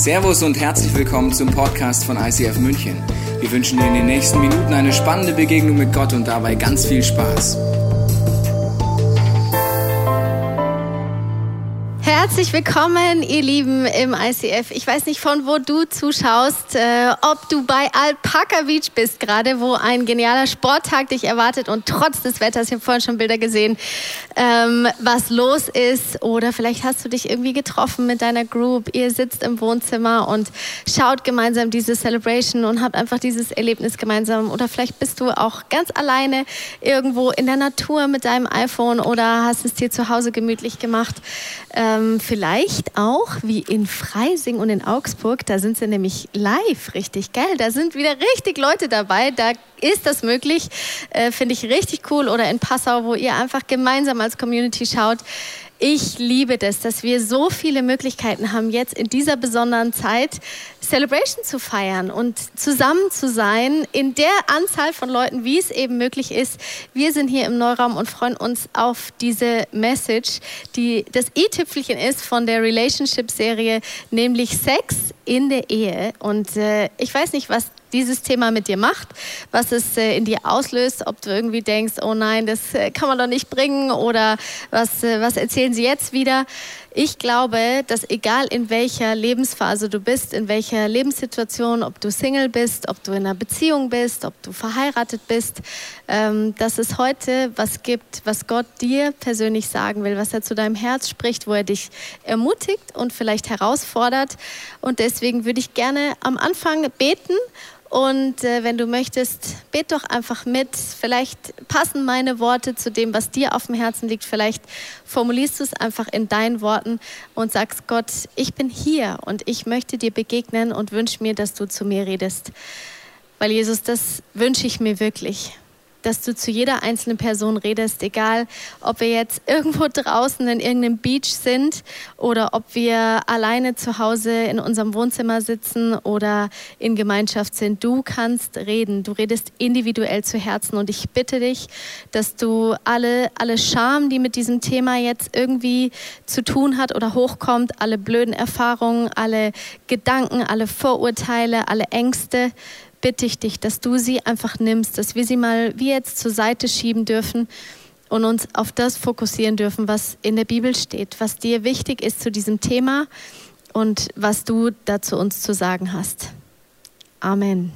Servus und herzlich willkommen zum Podcast von ICF München. Wir wünschen dir in den nächsten Minuten eine spannende Begegnung mit Gott und dabei ganz viel Spaß. Herzlich willkommen, ihr Lieben im ICF. Ich weiß nicht, von wo du zuschaust, ob du bei Alpaca Beach bist gerade, wo ein genialer Sporttag dich erwartet und trotz des Wetters, ich habe vorhin schon Bilder gesehen, was los ist. Oder vielleicht hast du dich irgendwie getroffen mit deiner Group. Ihr sitzt im Wohnzimmer und schaut gemeinsam diese Celebration und habt einfach dieses Erlebnis gemeinsam. Oder vielleicht bist du auch ganz alleine irgendwo in der Natur mit deinem iPhone oder hast es dir zu Hause gemütlich gemacht. Vielleicht auch wie in Freising und in Augsburg, da sind sie nämlich live, richtig geil. Da sind wieder richtig Leute dabei, da ist das möglich, finde ich richtig cool. Oder in Passau, wo ihr einfach gemeinsam als Community schaut. Ich liebe das, dass wir so viele Möglichkeiten haben, jetzt in dieser besonderen Zeit Celebration zu feiern und zusammen zu sein in der Anzahl von Leuten, wie es eben möglich ist. Wir sind hier im Neuraum und freuen uns auf diese Message, die das i-Tüpfelchen ist von der Relationship-Serie, nämlich Sex in der Ehe. Und ich weiß nicht, was dieses Thema mit dir macht, was es in dir auslöst, ob du irgendwie denkst, oh nein, das kann man doch nicht bringen oder was erzählen sie jetzt wieder. Ich glaube, dass egal in welcher Lebensphase du bist, in welcher Lebenssituation, ob du Single bist, ob du in einer Beziehung bist, ob du verheiratet bist, dass es heute was gibt, was Gott dir persönlich sagen will, was er zu deinem Herz spricht, wo er dich ermutigt und vielleicht herausfordert. Und deswegen würde ich gerne am Anfang beten. Und wenn du möchtest, bet doch einfach mit. Vielleicht passen meine Worte zu dem, was dir auf dem Herzen liegt. Vielleicht formulierst du es einfach in deinen Worten und sagst, Gott, ich bin hier und ich möchte dir begegnen und wünsche mir, dass du zu mir redest. Weil Jesus, das wünsche ich mir wirklich, dass du zu jeder einzelnen Person redest, egal ob wir jetzt irgendwo draußen in irgendeinem Beach sind oder ob wir alleine zu Hause in unserem Wohnzimmer sitzen oder in Gemeinschaft sind. Du kannst reden, du redest individuell zu Herzen und ich bitte dich, dass du alle Scham, die mit diesem Thema jetzt irgendwie zu tun hat oder hochkommt, alle blöden Erfahrungen, alle Gedanken, alle Vorurteile, alle Ängste, bitte ich dich, dass du sie einfach nimmst, dass wir sie mal wie jetzt zur Seite schieben dürfen und uns auf das fokussieren dürfen, was in der Bibel steht, was dir wichtig ist zu diesem Thema und was du dazu uns zu sagen hast. Amen.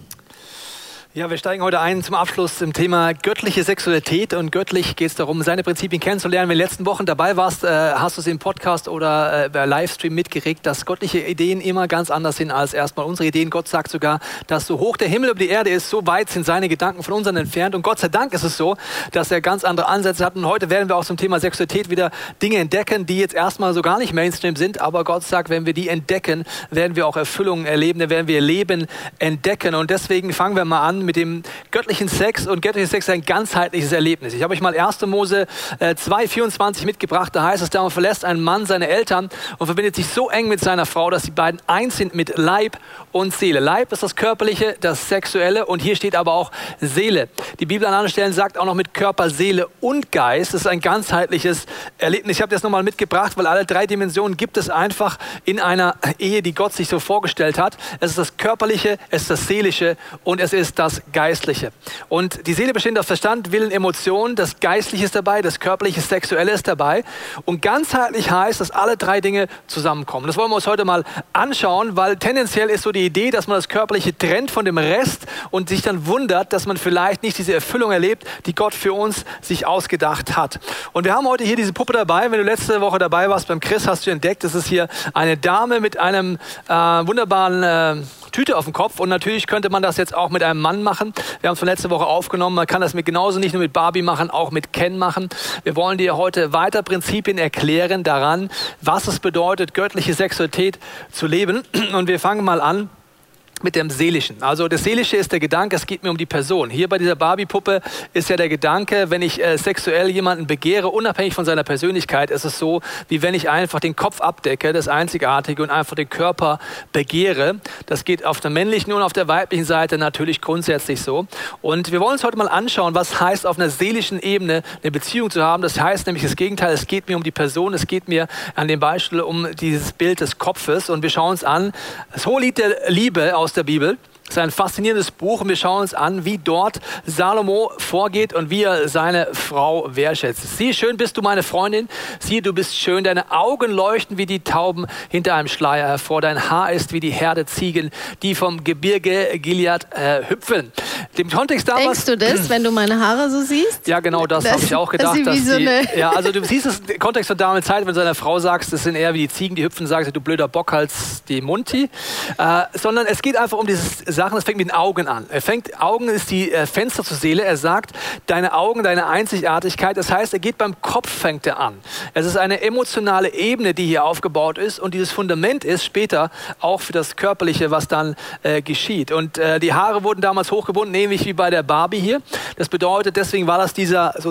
Ja, wir steigen heute ein zum Abschluss im Thema göttliche Sexualität und göttlich geht es darum, seine Prinzipien kennenzulernen. Wenn du in den letzten Wochen dabei warst, hast du es im Podcast oder bei Livestream mitgeregt, dass göttliche Ideen immer ganz anders sind als erstmal unsere Ideen. Gott sagt sogar, dass so hoch der Himmel über die Erde ist, so weit sind seine Gedanken von unseren entfernt. Und Gott sei Dank ist es so, dass er ganz andere Ansätze hat. Und heute werden wir auch zum Thema Sexualität wieder Dinge entdecken, die jetzt erstmal so gar nicht Mainstream sind. Aber Gott sagt, wenn wir die entdecken, werden wir auch Erfüllungen erleben, dann werden wir Leben entdecken. Und deswegen fangen wir mal an mit dem göttlichen Sex. Und göttlicher Sex ist ein ganzheitliches Erlebnis. Ich habe euch mal 1. Mose 2,24 mitgebracht. Da heißt es, darum verlässt ein Mann seine Eltern und verbindet sich so eng mit seiner Frau, dass die beiden eins sind mit Leib und Seele. Leib ist das Körperliche, das Sexuelle und hier steht aber auch Seele. Die Bibel an anderen Stellen sagt auch noch mit Körper, Seele und Geist. Das ist ein ganzheitliches Erlebnis. Ich habe das nochmal mitgebracht, weil alle drei Dimensionen gibt es einfach in einer Ehe, die Gott sich so vorgestellt hat. Es ist das Körperliche, es ist das Seelische und es ist das Geistliche. Und die Seele besteht aus Verstand, Willen, Emotionen. Das Geistliche ist dabei, das Körperliche, Sexuelle ist dabei. Und ganzheitlich heißt, dass alle drei Dinge zusammenkommen. Das wollen wir uns heute mal anschauen, weil tendenziell ist so die Idee, dass man das Körperliche trennt von dem Rest und sich dann wundert, dass man vielleicht nicht diese Erfüllung erlebt, die Gott für uns sich ausgedacht hat. Und wir haben heute hier diese Puppe dabei. Wenn du letzte Woche dabei warst beim Chris, hast du entdeckt, das ist hier eine Dame mit einem wunderbaren Tüte auf dem Kopf und natürlich könnte man das jetzt auch mit einem Mann machen. Wir haben es von letzter Woche aufgenommen. Man kann das genauso nicht nur mit Barbie machen, auch mit Ken machen. Wir wollen dir heute weiter Prinzipien erklären daran, was es bedeutet, göttliche Sexualität zu leben. Und wir fangen mal an mit dem Seelischen. Also das Seelische ist der Gedanke, es geht mir um die Person. Hier bei dieser Barbie-Puppe ist ja der Gedanke, wenn ich sexuell jemanden begehre, unabhängig von seiner Persönlichkeit, ist es so, wie wenn ich einfach den Kopf abdecke, das Einzigartige, und einfach den Körper begehre. Das geht auf der männlichen und auf der weiblichen Seite natürlich grundsätzlich so. Und wir wollen uns heute mal anschauen, was heißt, auf einer seelischen Ebene eine Beziehung zu haben. Das heißt nämlich das Gegenteil, es geht mir um die Person, es geht mir an dem Beispiel um dieses Bild des Kopfes. Und wir schauen uns an, das Hohelied der Liebe aus der Bibel. Das ist ein faszinierendes Buch und wir schauen uns an, wie dort Salomo vorgeht und wie er seine Frau wertschätzt. Sieh, schön bist du, meine Freundin. Siehe, du bist schön. Deine Augen leuchten wie die Tauben hinter einem Schleier hervor. Dein Haar ist wie die Herde Ziegen, die vom Gebirge Gilead hüpfen. Dem Kontext damals. Denkst du das, wenn du meine Haare so siehst? Ja, genau, das habe ich auch gedacht. Ja, also du siehst es im Kontext von damaliger Zeit, wenn du deiner Frau sagst, das sind eher wie die Ziegen, die hüpfen, sagst du blöder Bockhals, die Munti. Sondern es geht einfach um dieses Sachen, es fängt mit den Augen an. Augen ist die Fenster zur Seele. Er sagt, deine Augen, deine Einzigartigkeit. Das heißt, er geht beim Kopf, fängt er an. Es ist eine emotionale Ebene, die hier aufgebaut ist und dieses Fundament ist später auch für das Körperliche, was dann geschieht. Und die Haare wurden damals hochgebunden, ähnlich wie bei der Barbie hier. Das bedeutet, deswegen war das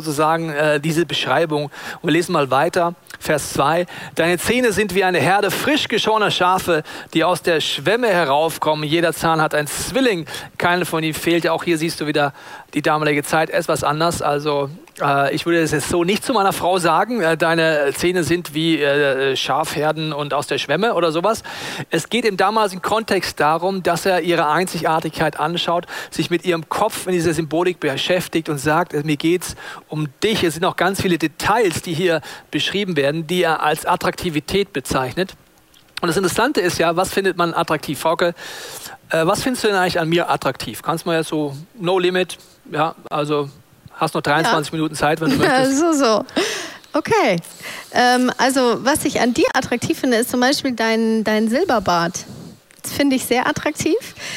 diese Beschreibung. Und wir lesen mal weiter. Vers 2. Deine Zähne sind wie eine Herde frisch geschorener Schafe, die aus der Schwemme heraufkommen. Jeder Zahn hat ein Zwilling. Keiner von ihnen fehlt. Ja, auch hier siehst du wieder die damalige Zeit etwas anders. Also ich würde das jetzt so nicht zu meiner Frau sagen. Deine Zähne sind wie Schafherden und aus der Schwemme oder sowas. Es geht im damaligen Kontext darum, dass er ihre Einzigartigkeit anschaut, sich mit ihrem Kopf in dieser Symbolik beschäftigt und sagt, mir geht's um dich. Es sind auch ganz viele Details, die hier beschrieben werden, die er als Attraktivität bezeichnet. Und das Interessante ist ja, was findet man attraktiv? Frauke, was findest du denn eigentlich an mir attraktiv? Kannst du mal ja so, no limit, ja, also hast noch 23 Minuten Zeit, wenn du möchtest. So. Okay. Also, was ich an dir attraktiv finde, ist zum Beispiel dein Silberbart. Das finde ich sehr attraktiv.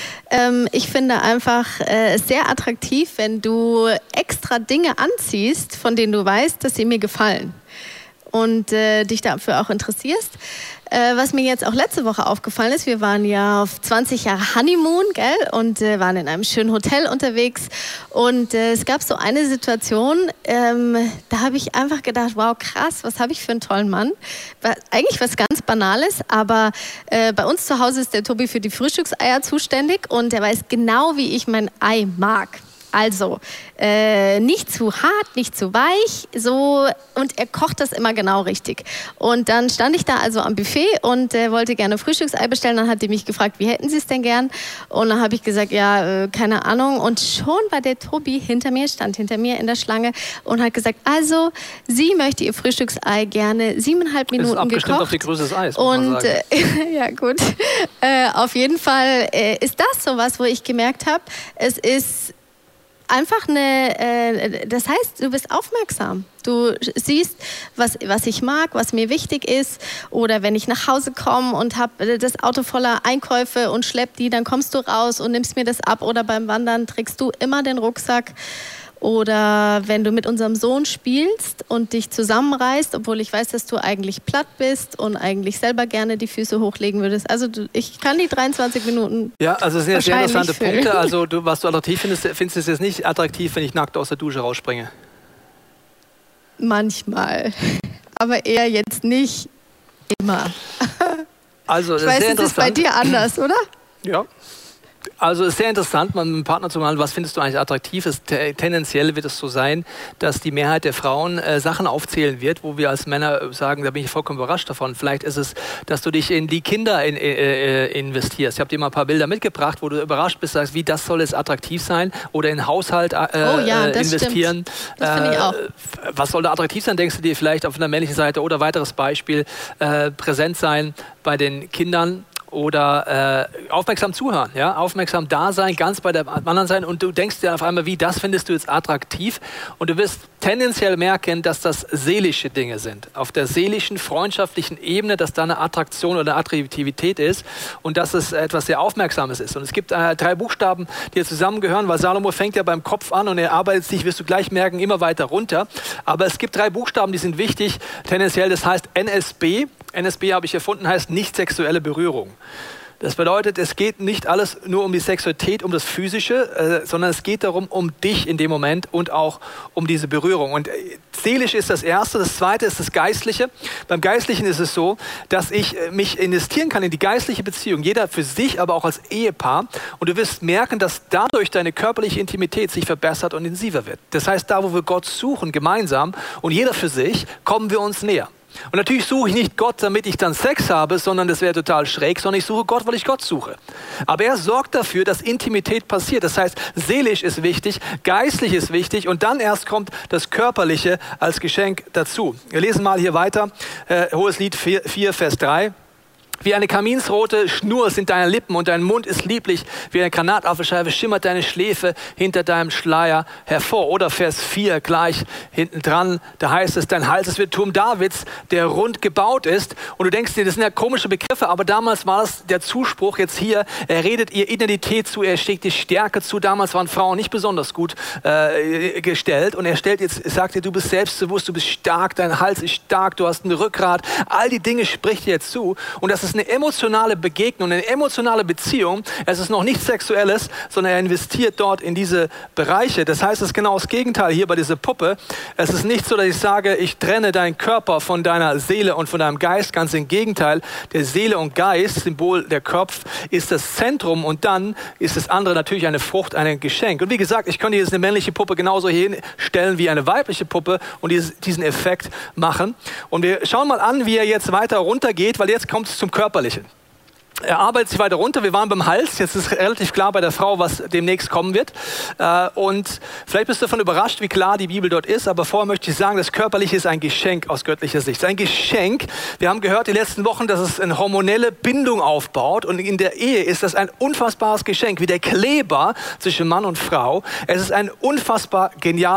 Ich finde einfach sehr attraktiv, wenn du extra Dinge anziehst, von denen du weißt, dass sie mir gefallen. Und dich dafür auch interessierst. Was mir jetzt auch letzte Woche aufgefallen ist, wir waren ja auf 20 Jahre Honeymoon, gell? Und waren in einem schönen Hotel unterwegs. Und es gab so eine Situation, da habe ich einfach gedacht, wow, krass, was habe ich für einen tollen Mann. Eigentlich was ganz Banales, aber bei uns zu Hause ist der Tobi für die Frühstückseier zuständig und er weiß genau, wie ich mein Ei mag. Also, nicht zu hart, nicht zu weich, so, und er kocht das immer genau richtig. Und dann stand ich da also am Buffet und wollte gerne Frühstücksei bestellen. Dann hat die mich gefragt, wie hätten Sie es denn gern? Und dann habe ich gesagt, ja, keine Ahnung. Und schon war der Tobi stand hinter mir in der Schlange und hat gesagt, also, sie möchte ihr Frühstücksei gerne 7,5 Minuten gekocht. Das ist abgestimmt auf die Größe des Eis, muss man sagen. Ja, gut. Auf jeden Fall ist das sowas, wo ich gemerkt habe, es ist einfach das heißt, du bist aufmerksam. Du siehst, was ich mag, was mir wichtig ist. Oder wenn ich nach Hause komme und habe das Auto voller Einkäufe und schlepp die, dann kommst du raus und nimmst mir das ab. Oder beim Wandern trägst du immer den Rucksack. Oder wenn du mit unserem Sohn spielst und dich zusammenreißt, obwohl ich weiß, dass du eigentlich platt bist und eigentlich selber gerne die Füße hochlegen würdest. Also ich kann die 23 Minuten. Ja, also das sind ja sehr interessante Punkte. Also was du attraktiv findest du es jetzt nicht attraktiv, wenn ich nackt aus der Dusche rausspringe? Manchmal. Aber eher jetzt nicht immer. Also, ich weiß, es ist bei dir anders, oder? Ja. Also es ist sehr interessant, mal mit einem Partner zu machen, was findest du eigentlich attraktiv? Tendenziell wird es so sein, dass die Mehrheit der Frauen Sachen aufzählen wird, wo wir als Männer sagen, da bin ich vollkommen überrascht davon. Vielleicht ist es, dass du dich in die Kinder investierst. Ich habe dir mal ein paar Bilder mitgebracht, wo du überrascht bist, sagst, wie das soll es attraktiv sein? Oder in den Haushalt investieren. Stimmt. Das finde ich auch. Was soll da attraktiv sein, denkst du dir vielleicht auf einer männlichen Seite? Oder weiteres Beispiel, präsent sein bei den Kindern. Oder aufmerksam zuhören, ja? Aufmerksam da sein, ganz bei der anderen sein und du denkst dir auf einmal, wie, das findest du jetzt attraktiv und du wirst tendenziell merken, dass das seelische Dinge sind. Auf der seelischen, freundschaftlichen Ebene, dass da eine Attraktion oder eine Attraktivität ist und dass es etwas sehr Aufmerksames ist. Und es gibt 3 Buchstaben, die zusammengehören, weil Salomo fängt ja beim Kopf an und er arbeitet sich, wirst du gleich merken, immer weiter runter. Aber es gibt 3 Buchstaben, die sind wichtig, tendenziell, das heißt NSB. NSB habe ich erfunden, heißt nicht sexuelle Berührung. Das bedeutet, es geht nicht alles nur um die Sexualität, um das Physische, sondern es geht darum, um dich in dem Moment und auch um diese Berührung. Und seelisch ist das Erste, das Zweite ist das Geistliche. Beim Geistlichen ist es so, dass ich mich investieren kann in die geistliche Beziehung, jeder für sich, aber auch als Ehepaar. Und du wirst merken, dass dadurch deine körperliche Intimität sich verbessert und intensiver wird. Das heißt, da wo wir Gott suchen, gemeinsam und jeder für sich, kommen wir uns näher. Und natürlich suche ich nicht Gott, damit ich dann Sex habe, sondern das wäre total schräg, sondern ich suche Gott, weil ich Gott suche. Aber er sorgt dafür, dass Intimität passiert. Das heißt, seelisch ist wichtig, geistlich ist wichtig und dann erst kommt das Körperliche als Geschenk dazu. Wir lesen mal hier weiter, Hoheslied 4, Vers 3. Wie eine kaminsrote Schnur sind deine Lippen und dein Mund ist lieblich. Wie eine Granatapfelscheibe schimmert deine Schläfe hinter deinem Schleier hervor. Oder Vers 4 gleich hinten dran, da heißt es, dein Hals ist wie der Turm Davids, der rund gebaut ist. Und du denkst dir, das sind ja komische Begriffe, aber damals war das der Zuspruch jetzt hier. Er redet ihr Identität zu, er steckt die Stärke zu. Damals waren Frauen nicht besonders gut gestellt. Und er sagt dir, du bist selbstbewusst, du bist stark, dein Hals ist stark, du hast ein Rückgrat. All die Dinge spricht dir jetzt zu. Und das ist eine emotionale Begegnung, eine emotionale Beziehung. Es ist noch nichts Sexuelles, sondern er investiert dort in diese Bereiche. Das heißt, es ist genau das Gegenteil hier bei dieser Puppe. Es ist nicht so, dass ich sage, ich trenne deinen Körper von deiner Seele und von deinem Geist. Ganz im Gegenteil. Der Seele und Geist, Symbol der Kopf, ist das Zentrum und dann ist das andere natürlich eine Frucht, ein Geschenk. Und wie gesagt, ich könnte jetzt eine männliche Puppe genauso hinstellen wie eine weibliche Puppe und diesen Effekt machen. Und wir schauen mal an, wie er jetzt weiter runtergeht, weil jetzt kommt es zum Körperlichen. Er arbeitet sich weiter runter. Wir waren beim Hals. Jetzt ist relativ klar bei der Frau, was demnächst kommen wird. Und vielleicht bist du davon überrascht, wie klar die Bibel dort ist. Aber vorher möchte ich sagen, das Körperliche ist ein Geschenk aus göttlicher Sicht. Es ist ein Geschenk. Wir haben gehört die letzten Wochen, dass es eine hormonelle Bindung aufbaut. Und in der Ehe ist das ein unfassbares Geschenk, wie der Kleber zwischen Mann und Frau. Es ist ein unfassbar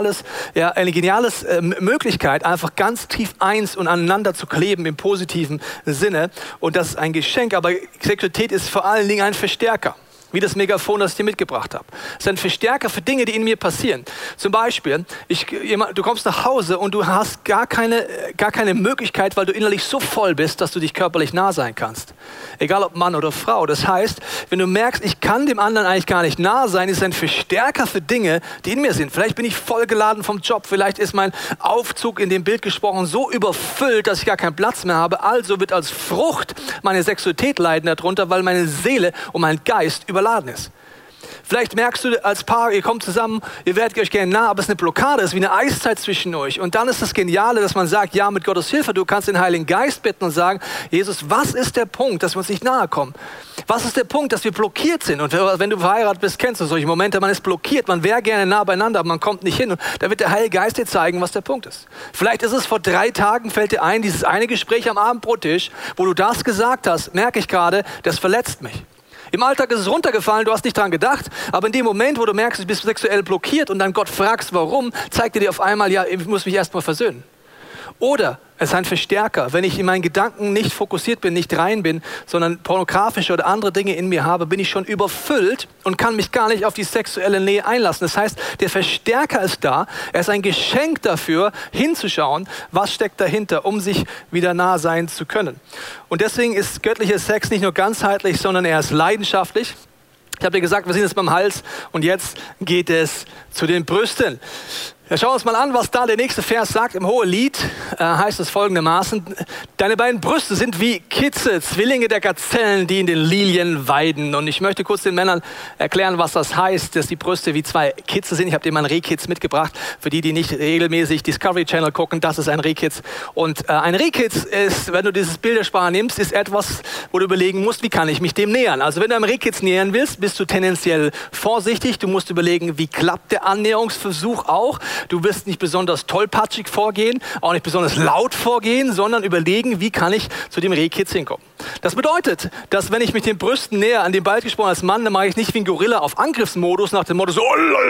eine geniale Möglichkeit, einfach ganz tief eins und aneinander zu kleben im positiven Sinne. Und das ist ein Geschenk. Aber Sexualität ist vor allen Dingen ein Verstärker, wie das Megafon, das ich dir mitgebracht habe. Es ist ein Verstärker für Dinge, die in mir passieren. Zum Beispiel, du kommst nach Hause und du hast gar keine Möglichkeit, weil du innerlich so voll bist, dass du dich körperlich nah sein kannst. Egal ob Mann oder Frau. Das heißt, wenn du merkst, ich kann dem anderen eigentlich gar nicht nah sein, ist es ein Verstärker für Dinge, die in mir sind. Vielleicht bin ich vollgeladen vom Job, vielleicht ist mein Aufzug, in dem Bild gesprochen, so überfüllt, dass ich gar keinen Platz mehr habe. Also wird als Frucht meine Sexualität leiden darunter, weil meine Seele und mein Geist überladen ist. Vielleicht merkst du als Paar, ihr kommt zusammen, ihr werdet euch gerne nah, aber es ist eine Blockade, es ist wie eine Eiszeit zwischen euch. Und dann ist das Geniale, dass man sagt, ja, mit Gottes Hilfe, du kannst den Heiligen Geist bitten und sagen, Jesus, was ist der Punkt, dass wir uns nicht nahe kommen? Was ist der Punkt, dass wir blockiert sind? Und wenn du verheiratet bist, kennst du solche Momente, man ist blockiert, man wäre gerne nah beieinander, aber man kommt nicht hin. Und da wird der Heilige Geist dir zeigen, was der Punkt ist. Vielleicht ist es vor 3 Tagen, fällt dir ein, dieses eine Gespräch am Abendbrottisch, wo du das gesagt hast, merke ich gerade, das verletzt mich. Im Alltag ist es runtergefallen, du hast nicht dran gedacht, aber in dem Moment, wo du merkst, du bist sexuell blockiert und dann Gott fragst, warum, zeigt er dir auf einmal, ja, ich muss mich erstmal versöhnen. Oder es ist ein Verstärker, wenn ich in meinen Gedanken nicht fokussiert bin, nicht rein bin, sondern pornografische oder andere Dinge in mir habe, bin ich schon überfüllt und kann mich gar nicht auf die sexuelle Nähe einlassen. Das heißt, der Verstärker ist da, er ist ein Geschenk dafür, hinzuschauen, was steckt dahinter, um sich wieder nah sein zu können. Und deswegen ist göttlicher Sex nicht nur ganzheitlich, sondern er ist leidenschaftlich. Ich habe dir gesagt, wir sind jetzt beim Hals und jetzt geht es zu den Brüsten. Ja, schauen wir uns mal an, was da der nächste Vers sagt. Im Hohelied heißt es folgendermaßen: Deine beiden Brüste sind wie Kitze, Zwillinge der Gazellen, die in den Lilien weiden. Und ich möchte kurz den Männern erklären, was das heißt, dass die Brüste wie 2 Kitze sind. Ich habe dir mal einen Rehkitz mitgebracht. Für die nicht regelmäßig Discovery Channel gucken, das ist ein Rehkitz. Und ein Rehkitz ist, wenn du dieses Bildersprache nimmst, ist etwas, wo du überlegen musst, wie kann ich mich dem nähern. Also wenn du einem Rehkitz nähern willst, bist du tendenziell vorsichtig. Du musst überlegen, wie klappt der Annäherungsversuch auch. Du wirst nicht besonders tollpatschig vorgehen, auch nicht besonders laut vorgehen, sondern überlegen, wie kann ich zu dem Rehkitz hinkommen. Das bedeutet, dass wenn ich mit den Brüsten näher an den Ball gesprungen als Mann, dann mache ich nicht wie ein Gorilla auf Angriffsmodus nach dem Motto so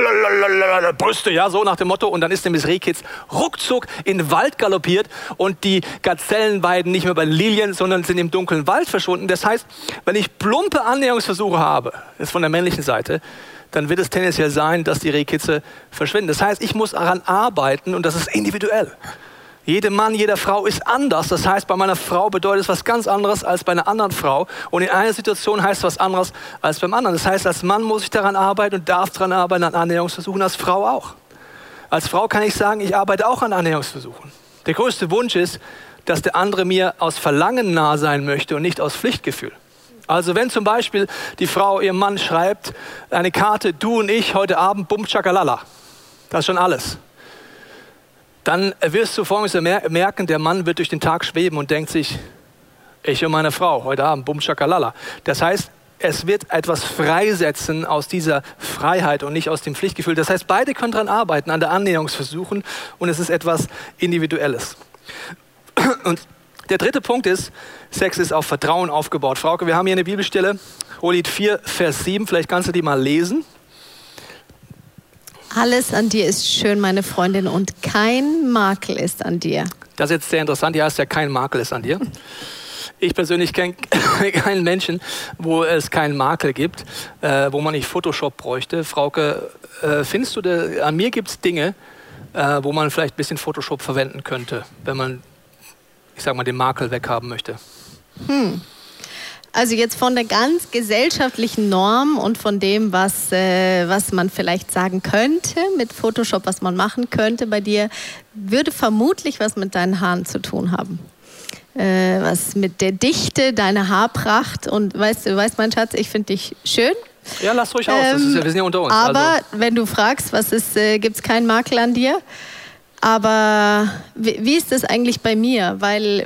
Brüste, ja, so nach dem Motto, und dann ist nämlich das Rehkitz ruckzuck in den Wald galoppiert und die Gazellen weiden nicht mehr bei den Lilien, sondern sind im dunklen Wald verschwunden. Das heißt, wenn ich plumpe Annäherungsversuche habe, das ist von der männlichen Seite, dann wird es tendenziell sein, dass die Rehkitze verschwinden. Das heißt, ich muss daran arbeiten und das ist individuell. Jeder Mann, jede Frau ist anders. Das heißt, bei meiner Frau bedeutet es was ganz anderes als bei einer anderen Frau. Und in einer Situation heißt es was anderes als beim anderen. Das heißt, als Mann muss ich daran arbeiten und darf daran arbeiten, an Annäherungsversuchen, als Frau auch. Als Frau kann ich sagen, ich arbeite auch an Annäherungsversuchen. Der größte Wunsch ist, dass der andere mir aus Verlangen nah sein möchte und nicht aus Pflichtgefühl. Also wenn zum Beispiel die Frau ihrem Mann schreibt, eine Karte, du und ich heute Abend, bum, tschakalala. Das ist schon alles. Dann wirst du Folgendes merken, der Mann wird durch den Tag schweben und denkt sich, ich und meine Frau, heute Abend, bum, tschakalala. Das heißt, es wird etwas freisetzen aus dieser Freiheit und nicht aus dem Pflichtgefühl. Das heißt, beide können daran arbeiten, an der Annäherungsversuchen und es ist etwas Individuelles. Und der dritte Punkt ist, Sex ist auf Vertrauen aufgebaut. Frauke, wir haben hier eine Bibelstelle, Hohelied 4, Vers 7, vielleicht kannst du die mal lesen. Alles an dir ist schön, meine Freundin, und kein Makel ist an dir. Das ist jetzt sehr interessant, hier heißt ja, kein Makel ist an dir. Ich persönlich kenne keinen Menschen, wo es keinen Makel gibt, wo man nicht Photoshop bräuchte. Frauke, findest du, an mir gibt es Dinge, wo man vielleicht ein bisschen Photoshop verwenden könnte, wenn man, ich sag mal, den Makel weghaben möchte? Also jetzt von der ganz gesellschaftlichen Norm und von dem, was man vielleicht sagen könnte mit Photoshop, was man machen könnte bei dir, würde vermutlich was mit deinen Haaren zu tun haben. Was mit der Dichte deiner Haarpracht. Und weißt mein Schatz, ich finde dich schön. Ja, lass ruhig aus, wir sind ja unter uns. Aber also, wenn du fragst, gibt es keinen Makel an dir? Aber wie ist das eigentlich bei mir?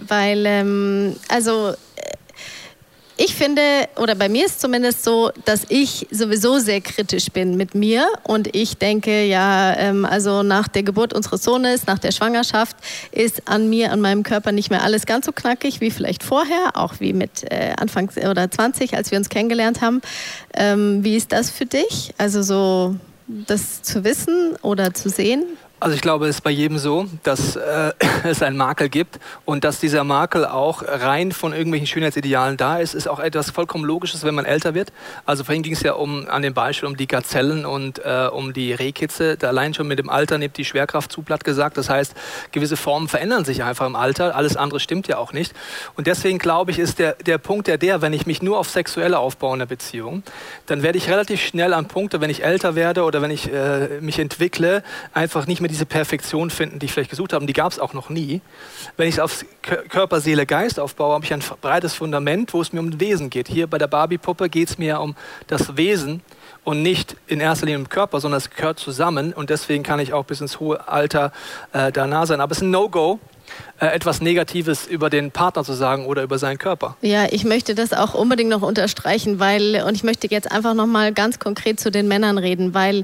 Ich finde, oder bei mir ist zumindest so, dass ich sowieso sehr kritisch bin mit mir und ich denke, also nach der Geburt unseres Sohnes, nach der Schwangerschaft ist an meinem Körper nicht mehr alles ganz so knackig wie vielleicht vorher, auch wie mit Anfang oder 20, als wir uns kennengelernt haben. Wie ist das für dich? Also so das zu wissen oder zu sehen? Also ich glaube, es ist bei jedem so, dass es einen Makel gibt und dass dieser Makel auch rein von irgendwelchen Schönheitsidealen da ist auch etwas vollkommen Logisches, wenn man älter wird. Also vorhin ging es ja an dem Beispiel um die Gazellen und um die Rehkitze. Da allein schon mit dem Alter nimmt die Schwerkraft zu, platt gesagt. Das heißt, gewisse Formen verändern sich einfach im Alter. Alles andere stimmt ja auch nicht. Und deswegen glaube ich, ist der Punkt wenn ich mich nur auf Sexuelle aufbaue in der Beziehung, dann werde ich relativ schnell an Punkte, wenn ich älter werde oder wenn ich mich entwickle, einfach nicht mehr diese Perfektion finden, die ich vielleicht gesucht habe. Und die gab es auch noch nie. Wenn ich es auf Körper, Seele, Geist aufbaue, habe ich ein breites Fundament, wo es mir um das Wesen geht. Hier bei der Barbie-Puppe geht es mir um das Wesen und nicht in erster Linie um den Körper, sondern es gehört zusammen. Und deswegen kann ich auch bis ins hohe Alter da nah sein. Aber es ist ein No-Go, etwas Negatives über den Partner zu sagen oder über seinen Körper. Ja, ich möchte das auch unbedingt noch unterstreichen, und ich möchte jetzt einfach noch mal ganz konkret zu den Männern reden, weil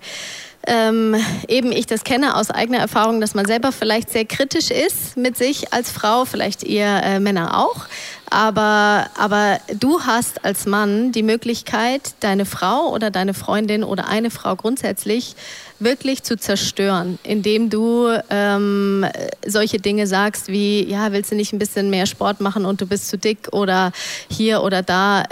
eben ich das kenne aus eigener Erfahrung, dass man selber vielleicht sehr kritisch ist mit sich als Frau, vielleicht ihr Männer auch, aber du hast als Mann die Möglichkeit, deine Frau oder deine Freundin oder eine Frau grundsätzlich wirklich zu zerstören, indem du solche Dinge sagst wie, ja, willst du nicht ein bisschen mehr Sport machen und du bist zu dick oder hier oder da,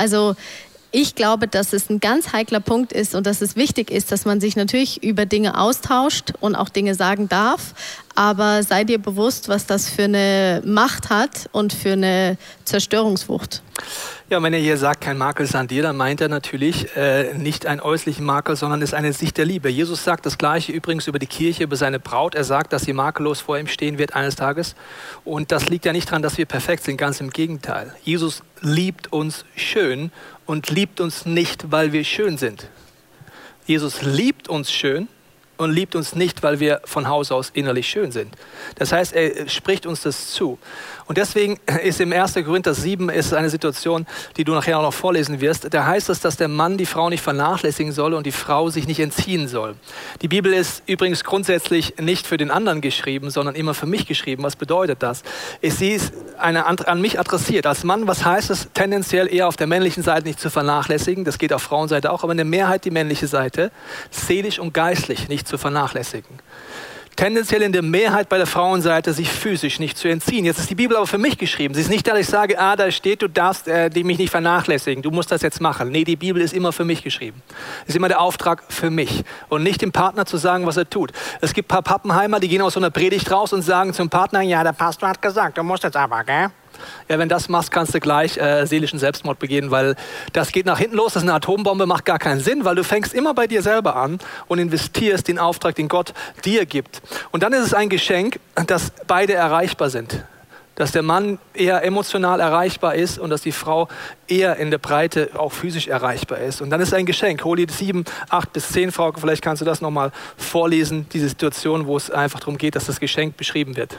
ich glaube, dass es ein ganz heikler Punkt ist und dass es wichtig ist, dass man sich natürlich über Dinge austauscht und auch Dinge sagen darf. Aber sei dir bewusst, was das für eine Macht hat und für eine Zerstörungswucht. Ja, wenn er hier sagt, kein Makel ist an dir, dann meint er natürlich nicht einen äußerlichen Makel, sondern es ist eine Sicht der Liebe. Jesus sagt das Gleiche übrigens über die Kirche, über seine Braut. Er sagt, dass sie makellos vor ihm stehen wird eines Tages. Und das liegt ja nicht daran, dass wir perfekt sind, ganz im Gegenteil. Jesus liebt uns schön und liebt uns nicht, weil wir schön sind. Jesus liebt uns schön und liebt uns nicht, weil wir von Haus aus innerlich schön sind. Das heißt, er spricht uns das zu. Und deswegen ist im 1. Korinther 7 ist eine Situation, die du nachher auch noch vorlesen wirst. Da heißt es, dass der Mann die Frau nicht vernachlässigen soll und die Frau sich nicht entziehen soll. Die Bibel ist übrigens grundsätzlich nicht für den anderen geschrieben, sondern immer für mich geschrieben. Was bedeutet das? Sie ist an mich adressiert. Als Mann, was heißt es? Tendenziell eher auf der männlichen Seite nicht zu vernachlässigen. Das geht auf Frauenseite auch, aber in der Mehrheit die männliche Seite, seelisch und geistlich nicht zu vernachlässigen. tendenziell in der Mehrheit bei der Frauenseite, sich physisch nicht zu entziehen. Jetzt ist die Bibel aber für mich geschrieben. Sie ist nicht, dass ich sage, da steht, du darfst mich nicht vernachlässigen, du musst das jetzt machen. Nee, die Bibel ist immer für mich geschrieben. Ist immer der Auftrag für mich und nicht dem Partner zu sagen, was er tut. Es gibt ein paar Pappenheimer, die gehen aus so einer Predigt raus und sagen zum Partner, ja, der Pastor hat gesagt, du musst jetzt aber, gell? Ja, wenn das machst, kannst du gleich seelischen Selbstmord begehen, weil das geht nach hinten los, das ist eine Atombombe, macht gar keinen Sinn, weil du fängst immer bei dir selber an und investierst den Auftrag, den Gott dir gibt. Und dann ist es ein Geschenk, dass beide erreichbar sind. Dass der Mann eher emotional erreichbar ist und dass die Frau eher in der Breite auch physisch erreichbar ist. Und dann ist es ein Geschenk. Hol dir 7, 8 bis 10, Frauke, vielleicht kannst du das nochmal vorlesen, diese Situation, wo es einfach darum geht, dass das Geschenk beschrieben wird.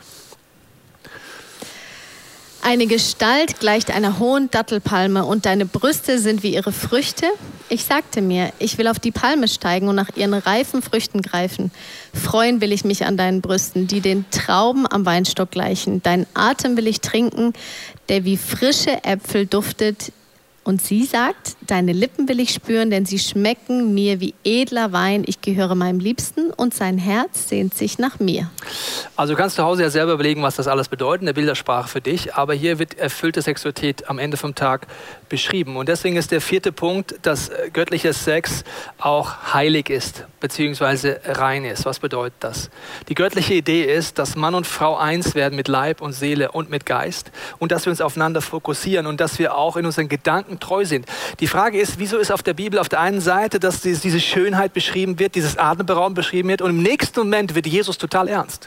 Eine Gestalt gleicht einer hohen Dattelpalme und deine Brüste sind wie ihre Früchte. Ich sagte mir, ich will auf die Palme steigen und nach ihren reifen Früchten greifen. Freuen will ich mich an deinen Brüsten, die den Trauben am Weinstock gleichen. Deinen Atem will ich trinken, der wie frische Äpfel duftet. Und sie sagt, deine Lippen will ich spüren, denn sie schmecken mir wie edler Wein. Ich gehöre meinem Liebsten und sein Herz sehnt sich nach mir. Also du kannst zu Hause ja selber überlegen, was das alles bedeutet, eine Bildersprache für dich. Aber hier wird erfüllte Sexualität am Ende vom Tag beschrieben. Und deswegen ist der 4. Punkt, dass göttlicher Sex auch heilig ist, beziehungsweise rein ist. Was bedeutet das? Die göttliche Idee ist, dass Mann und Frau eins werden mit Leib und Seele und mit Geist und dass wir uns aufeinander fokussieren und dass wir auch in unseren Gedanken treu sind. Die Frage ist, wieso ist auf der Bibel auf der einen Seite, dass diese Schönheit beschrieben wird, dieses Atemberaubend beschrieben wird und im nächsten Moment wird Jesus total ernst.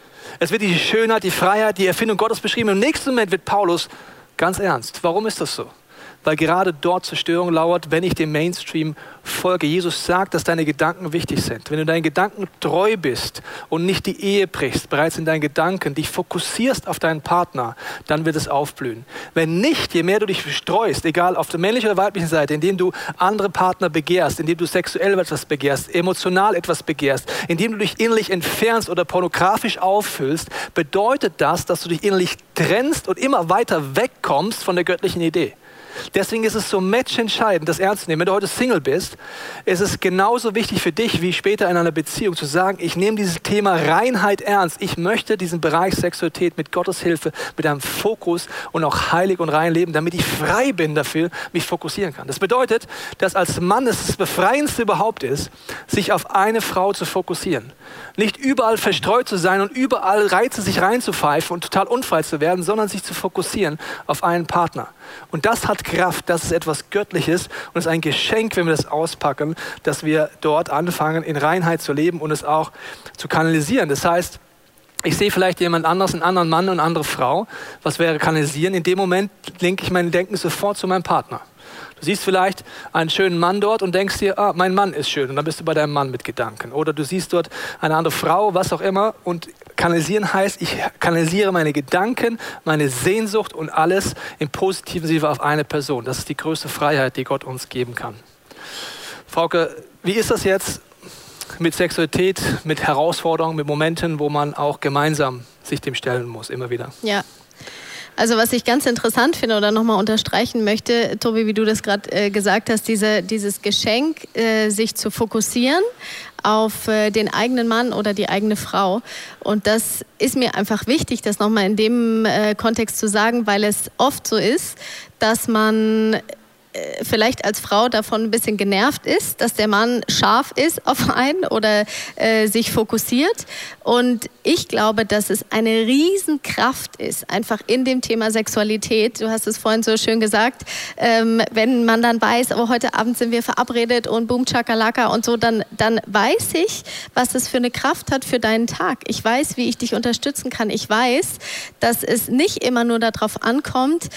Es wird die Schönheit, die Freiheit, die Erfindung Gottes beschrieben. Im nächsten Moment wird Paulus ganz ernst. Warum ist das so? Weil gerade dort Zerstörung lauert, wenn ich dem Mainstream folge. Jesus sagt, dass deine Gedanken wichtig sind. Wenn du deinen Gedanken treu bist und nicht die Ehe brichst, bereits in deinen Gedanken dich fokussierst auf deinen Partner, dann wird es aufblühen. Wenn nicht, je mehr du dich streust, egal auf der männlichen oder weiblichen Seite, indem du andere Partner begehrst, indem du sexuell etwas begehrst, emotional etwas begehrst, indem du dich innerlich entfernst oder pornografisch auffüllst, bedeutet das, dass du dich innerlich trennst und immer weiter wegkommst von der göttlichen Idee. Deswegen ist es so matchentscheidend, das ernst zu nehmen. Wenn du heute Single bist, ist es genauso wichtig für dich, wie später in einer Beziehung, zu sagen, ich nehme dieses Thema Reinheit ernst. Ich möchte diesen Bereich Sexualität mit Gottes Hilfe, mit einem Fokus und auch heilig und rein leben, damit ich frei bin dafür, mich fokussieren kann. Das bedeutet, dass als Mann es das Befreiendste überhaupt ist, sich auf eine Frau zu fokussieren. Nicht überall verstreut zu sein und überall Reize sich reinzupfeifen und total unfrei zu werden, sondern sich zu fokussieren auf einen Partner. Und das hat Kraft, das ist etwas Göttliches und es ist ein Geschenk, wenn wir das auspacken, dass wir dort anfangen, in Reinheit zu leben und es auch zu kanalisieren. Das heißt, ich sehe vielleicht jemand anderes, einen anderen Mann und eine andere Frau. Was wäre kanalisieren? In dem Moment lenke ich mein Denken sofort zu meinem Partner. Du siehst vielleicht einen schönen Mann dort und denkst dir, mein Mann ist schön. Und dann bist du bei deinem Mann mit Gedanken. Oder du siehst dort eine andere Frau, was auch immer. Und kanalisieren heißt, ich kanalisiere meine Gedanken, meine Sehnsucht und alles im positiven Sinne auf eine Person. Das ist die größte Freiheit, die Gott uns geben kann. Frauke, wie ist das jetzt mit Sexualität, mit Herausforderungen, mit Momenten, wo man auch gemeinsam sich dem stellen muss, immer wieder? Ja. Also was ich ganz interessant finde oder nochmal unterstreichen möchte, Tobi, wie du das gerade gesagt hast, dieses Geschenk, sich zu fokussieren auf den eigenen Mann oder die eigene Frau. Und das ist mir einfach wichtig, das nochmal in dem Kontext zu sagen, weil es oft so ist, dass man vielleicht als Frau davon ein bisschen genervt ist, dass der Mann scharf ist auf einen oder sich fokussiert. Und ich glaube, dass es eine Riesenkraft ist, einfach in dem Thema Sexualität. Du hast es vorhin so schön gesagt, wenn man dann weiß, aber heute Abend sind wir verabredet und boom, chakalaka und so, dann weiß ich, was es für eine Kraft hat für deinen Tag. Ich weiß, wie ich dich unterstützen kann. Ich weiß, dass es nicht immer nur darauf ankommt,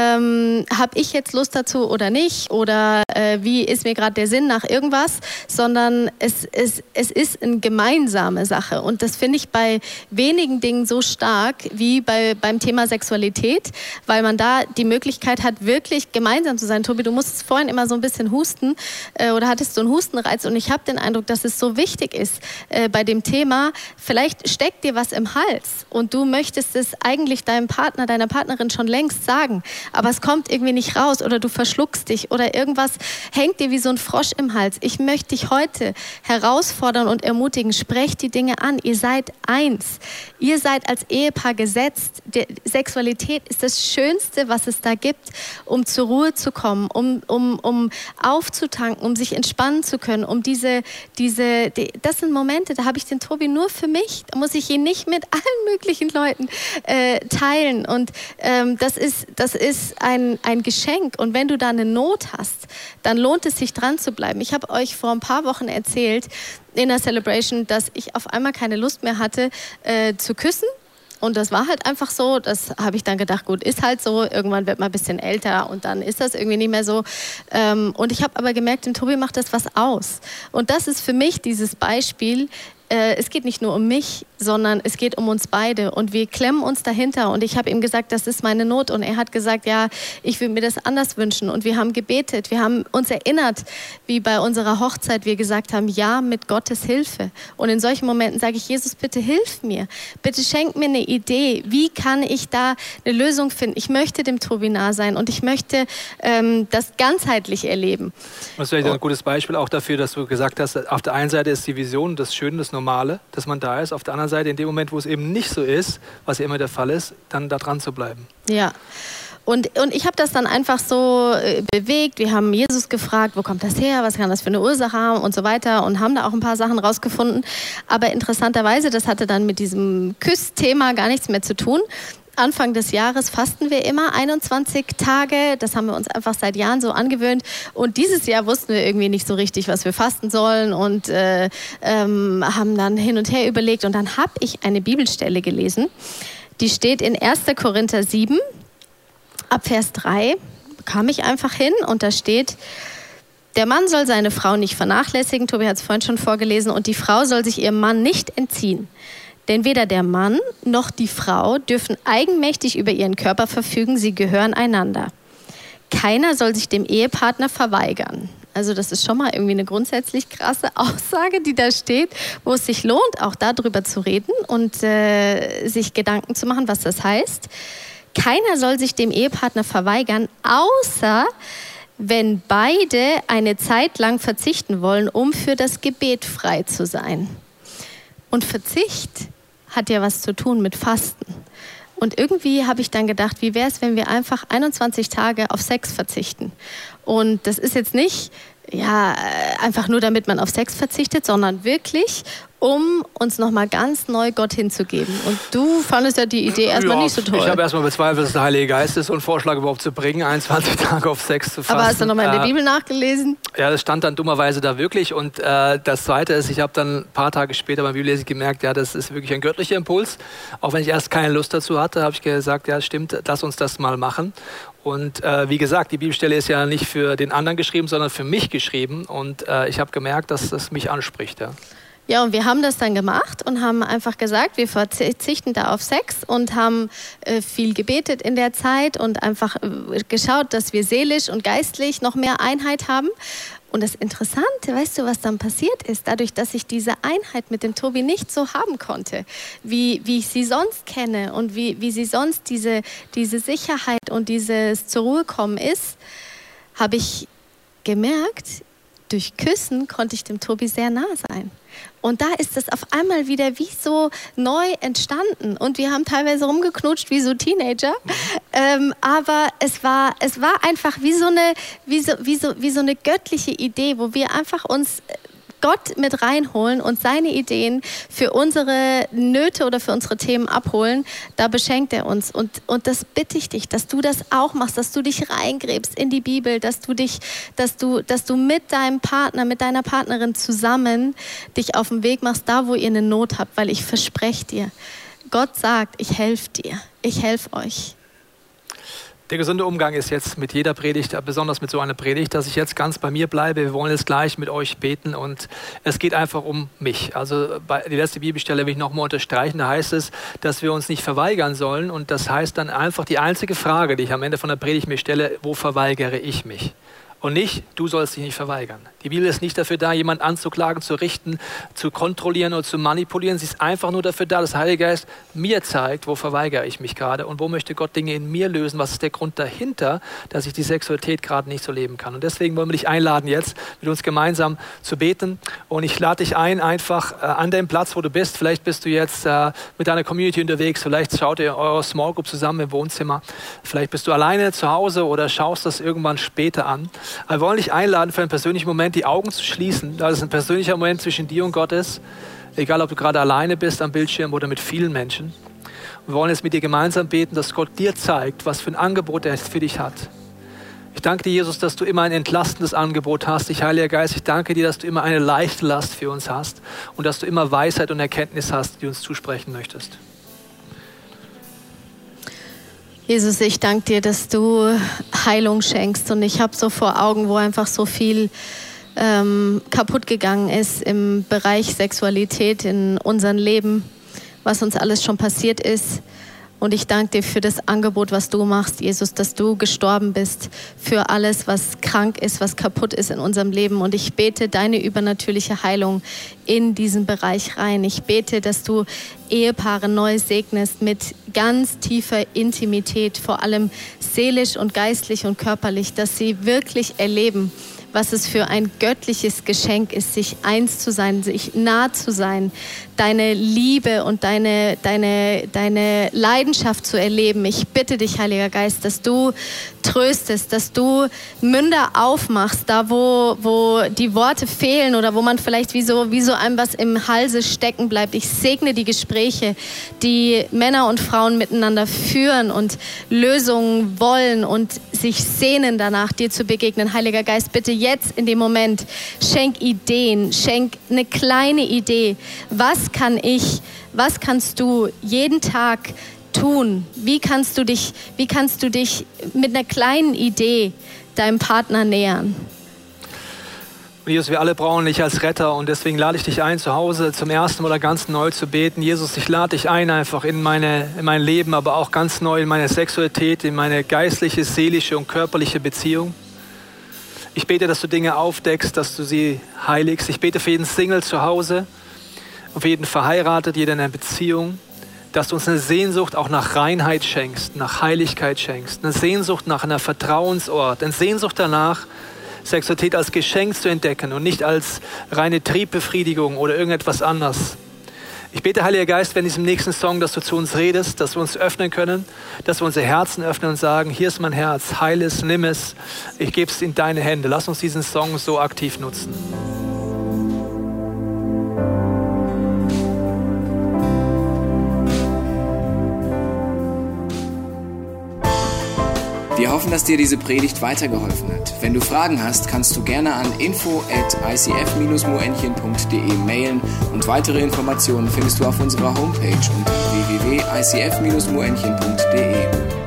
habe ich jetzt Lust dazu oder nicht oder wie ist mir gerade der Sinn nach irgendwas, sondern es ist eine gemeinsame Sache und das finde ich bei wenigen Dingen so stark wie beim Thema Sexualität, weil man da die Möglichkeit hat, wirklich gemeinsam zu sein. Tobi, du musstest vorhin immer so ein bisschen husten oder hattest so einen Hustenreiz und ich habe den Eindruck, dass es so wichtig ist bei dem Thema, vielleicht steckt dir was im Hals und du möchtest es eigentlich deinem Partner, deiner Partnerin schon längst sagen, aber es kommt irgendwie nicht raus oder du verschluckst zerkratzt dich oder irgendwas hängt dir wie so ein Frosch im Hals. Ich möchte dich heute herausfordern und ermutigen, sprecht die Dinge an. Ihr seid eins. Ihr seid als Ehepaar gesetzt. Sexualität ist das Schönste, was es da gibt, um zur Ruhe zu kommen, um aufzutanken, um sich entspannen zu können, das sind Momente, da habe ich den Tobi nur für mich, da muss ich ihn nicht mit allen möglichen Leuten teilen und das ist ein Geschenk und wenn du da eine Not hast, dann lohnt es sich dran zu bleiben. Ich habe euch vor ein paar Wochen erzählt in der Celebration, dass ich auf einmal keine Lust mehr hatte zu küssen. Und das war halt einfach so, das habe ich dann gedacht, gut, ist halt so, irgendwann wird man ein bisschen älter und dann ist das irgendwie nicht mehr so. Und ich habe aber gemerkt, dem Tobi macht das was aus. Und das ist für mich dieses Beispiel, es geht nicht nur um mich, sondern es geht um uns beide und wir klemmen uns dahinter und ich habe ihm gesagt, das ist meine Not und er hat gesagt, ja, ich würde mir das anders wünschen und wir haben gebetet, wir haben uns erinnert, wie bei unserer Hochzeit wir gesagt haben, ja, mit Gottes Hilfe und in solchen Momenten sage ich, Jesus, bitte hilf mir, bitte schenk mir eine Idee, wie kann ich da eine Lösung finden, ich möchte dem Tobi nah sein und ich möchte das ganzheitlich erleben. Das ist vielleicht ein gutes Beispiel auch dafür, dass du gesagt hast, auf der einen Seite ist die Vision, das Schöne, das Normale, dass man da ist. Auf der anderen Seite, in dem Moment, wo es eben nicht so ist, was ja immer der Fall ist, dann da dran zu bleiben. Ja. Und ich habe das dann einfach so bewegt. Wir haben Jesus gefragt, wo kommt das her, was kann das für eine Ursache haben und so weiter und haben da auch ein paar Sachen rausgefunden. Aber interessanterweise, das hatte dann mit diesem Küssthema gar nichts mehr zu tun. Anfang des Jahres fasten wir immer 21 Tage. Das haben wir uns einfach seit Jahren so angewöhnt. Und dieses Jahr wussten wir irgendwie nicht so richtig, was wir fasten sollen und haben dann hin und her überlegt. Und dann habe ich eine Bibelstelle gelesen. Die steht in 1. Korinther 7, ab Vers 3. Kam ich einfach hin und da steht, der Mann soll seine Frau nicht vernachlässigen. Tobi hat es vorhin schon vorgelesen. Und die Frau soll sich ihrem Mann nicht entziehen. Denn weder der Mann noch die Frau dürfen eigenmächtig über ihren Körper verfügen, sie gehören einander. Keiner soll sich dem Ehepartner verweigern. Also das ist schon mal irgendwie eine grundsätzlich krasse Aussage, die da steht, wo es sich lohnt, auch darüber zu reden und sich Gedanken zu machen, was das heißt. Keiner soll sich dem Ehepartner verweigern, außer wenn beide eine Zeit lang verzichten wollen, um für das Gebet frei zu sein. Und Verzicht hat ja was zu tun mit Fasten. Und irgendwie habe ich dann gedacht, wie wäre es, wenn wir einfach 21 Tage auf Sex verzichten? Und das ist jetzt nicht einfach nur, damit man auf Sex verzichtet, sondern wirklich, um uns nochmal ganz neu Gott hinzugeben. Und du fandest ja die Idee erstmal nicht so toll. Ich habe erstmal bezweifelt, dass es der Heilige Geist ist, so einen Vorschlag überhaupt zu bringen, 21 Tage auf Sex zu fasten. Aber hast du nochmal in der Bibel nachgelesen? Ja, das stand dann dummerweise da wirklich. Und das Zweite ist, ich habe dann ein paar Tage später beim Bibellesen gemerkt, ja, das ist wirklich ein göttlicher Impuls. Auch wenn ich erst keine Lust dazu hatte, habe ich gesagt, ja, stimmt, lass uns das mal machen. Und wie gesagt, die Bibelstelle ist ja nicht für den anderen geschrieben, sondern für mich geschrieben. Und ich habe gemerkt, dass das mich anspricht. Ja. Ja, und wir haben das dann gemacht und haben einfach gesagt, wir verzichten da auf Sex und haben viel gebetet in der Zeit und einfach geschaut, dass wir seelisch und geistlich noch mehr Einheit haben. Und das Interessante, weißt du, was dann passiert ist? Dadurch, dass ich diese Einheit mit dem Tobi nicht so haben konnte, wie ich sie sonst kenne und wie sie sonst diese Sicherheit und dieses zur Ruhe kommen ist, habe ich gemerkt, durch Küssen konnte ich dem Tobi sehr nah sein. Und da ist es auf einmal wieder wie so neu entstanden. Und wir haben teilweise rumgeknutscht wie so Teenager. Aber es war einfach wie so eine göttliche Idee, wo wir einfach uns Gott mit reinholen und seine Ideen für unsere Nöte oder für unsere Themen abholen, da beschenkt er uns. Und das bitte ich dich, dass du das auch machst, dass du dich reingräbst in die Bibel, dass du mit deinem Partner, mit deiner Partnerin zusammen dich auf den Weg machst, da wo ihr eine Not habt, weil ich verspreche dir, Gott sagt, ich helfe dir, ich helfe euch. Der gesunde Umgang ist jetzt mit jeder Predigt, besonders mit so einer Predigt, dass ich jetzt ganz bei mir bleibe. Wir wollen jetzt gleich mit euch beten und es geht einfach um mich. Also die letzte Bibelstelle will ich nochmal unterstreichen. Da heißt es, dass wir uns nicht verweigern sollen und das heißt dann einfach die einzige Frage, die ich am Ende von der Predigt mir stelle, wo verweigere ich mich? Und nicht, du sollst dich nicht verweigern. Die Bibel ist nicht dafür da, jemanden anzuklagen, zu richten, zu kontrollieren oder zu manipulieren. Sie ist einfach nur dafür da, dass der Heilige Geist mir zeigt, wo verweigere ich mich gerade und wo möchte Gott Dinge in mir lösen. Was ist der Grund dahinter, dass ich die Sexualität gerade nicht so leben kann. Und deswegen wollen wir dich einladen, jetzt mit uns gemeinsam zu beten. Und ich lade dich ein, einfach an dem Platz, wo du bist. Vielleicht bist du jetzt mit deiner Community unterwegs. Vielleicht schaut ihr eure Small Group zusammen im Wohnzimmer. Vielleicht bist du alleine zu Hause oder schaust das irgendwann später an. Wir wollen dich einladen, für einen persönlichen Moment die Augen zu schließen, da es ein persönlicher Moment zwischen dir und Gott ist, egal ob du gerade alleine bist am Bildschirm oder mit vielen Menschen. Wir wollen jetzt mit dir gemeinsam beten, dass Gott dir zeigt, was für ein Angebot er für dich hat. Ich danke dir, Jesus, dass du immer ein entlastendes Angebot hast. Ich, Heiliger Geist, ich danke dir, dass du immer eine leichte Last für uns hast und dass du immer Weisheit und Erkenntnis hast, die du uns zusprechen möchtest. Jesus, ich danke dir, dass du Heilung schenkst und ich habe so vor Augen, wo einfach so viel kaputt gegangen ist im Bereich Sexualität in unserem Leben, was uns alles schon passiert ist. Und ich danke dir für das Angebot, was du machst, Jesus, dass du gestorben bist für alles, was krank ist, was kaputt ist in unserem Leben. Und ich bete deine übernatürliche Heilung in diesen Bereich rein. Ich bete, dass du Ehepaare neu segnest mit ganz tiefer Intimität, vor allem seelisch und geistlich und körperlich, dass sie wirklich erleben, was es für ein göttliches Geschenk ist, sich eins zu sein, sich nah zu sein, deine Liebe und deine Leidenschaft zu erleben. Ich bitte dich, Heiliger Geist, dass du tröstest, dass du Münder aufmachst, da wo die Worte fehlen oder wo man vielleicht wie so einem was im Halse stecken bleibt. Ich segne die Gespräche, die Männer und Frauen miteinander führen und Lösungen wollen und sich sehnen danach, dir zu begegnen. Heiliger Geist, bitte jetzt in dem Moment, schenk Ideen, schenk eine kleine Idee. Was kannst du jeden Tag tun? Wie kannst du dich mit einer kleinen Idee deinem Partner nähern? Jesus, wir alle brauchen dich als Retter und deswegen lade ich dich ein, zu Hause zum ersten oder ganz neu zu beten. Jesus, ich lade dich ein einfach in mein Leben, aber auch ganz neu in meine Sexualität, in meine geistliche, seelische und körperliche Beziehung. Ich bete, dass du Dinge aufdeckst, dass du sie heiligst. Ich bete für jeden Single zu Hause und für jeden verheiratet, jeder in einer Beziehung, dass du uns eine Sehnsucht auch nach Reinheit schenkst, nach Heiligkeit schenkst, eine Sehnsucht nach einer Vertrauensort, eine Sehnsucht danach, Sexualität als Geschenk zu entdecken und nicht als reine Triebbefriedigung oder irgendetwas anderes. Ich bete, Heiliger Geist, wenn in diesem nächsten Song, dass du zu uns redest, dass wir uns öffnen können, dass wir unsere Herzen öffnen und sagen, hier ist mein Herz, heil es, nimm es, ich gebe es in deine Hände. Lass uns diesen Song so aktiv nutzen. Wir hoffen, dass dir diese Predigt weitergeholfen hat. Wenn du Fragen hast, kannst du gerne an info@icf-moenchen.de mailen und weitere Informationen findest du auf unserer Homepage unter www.icf-moenchen.de.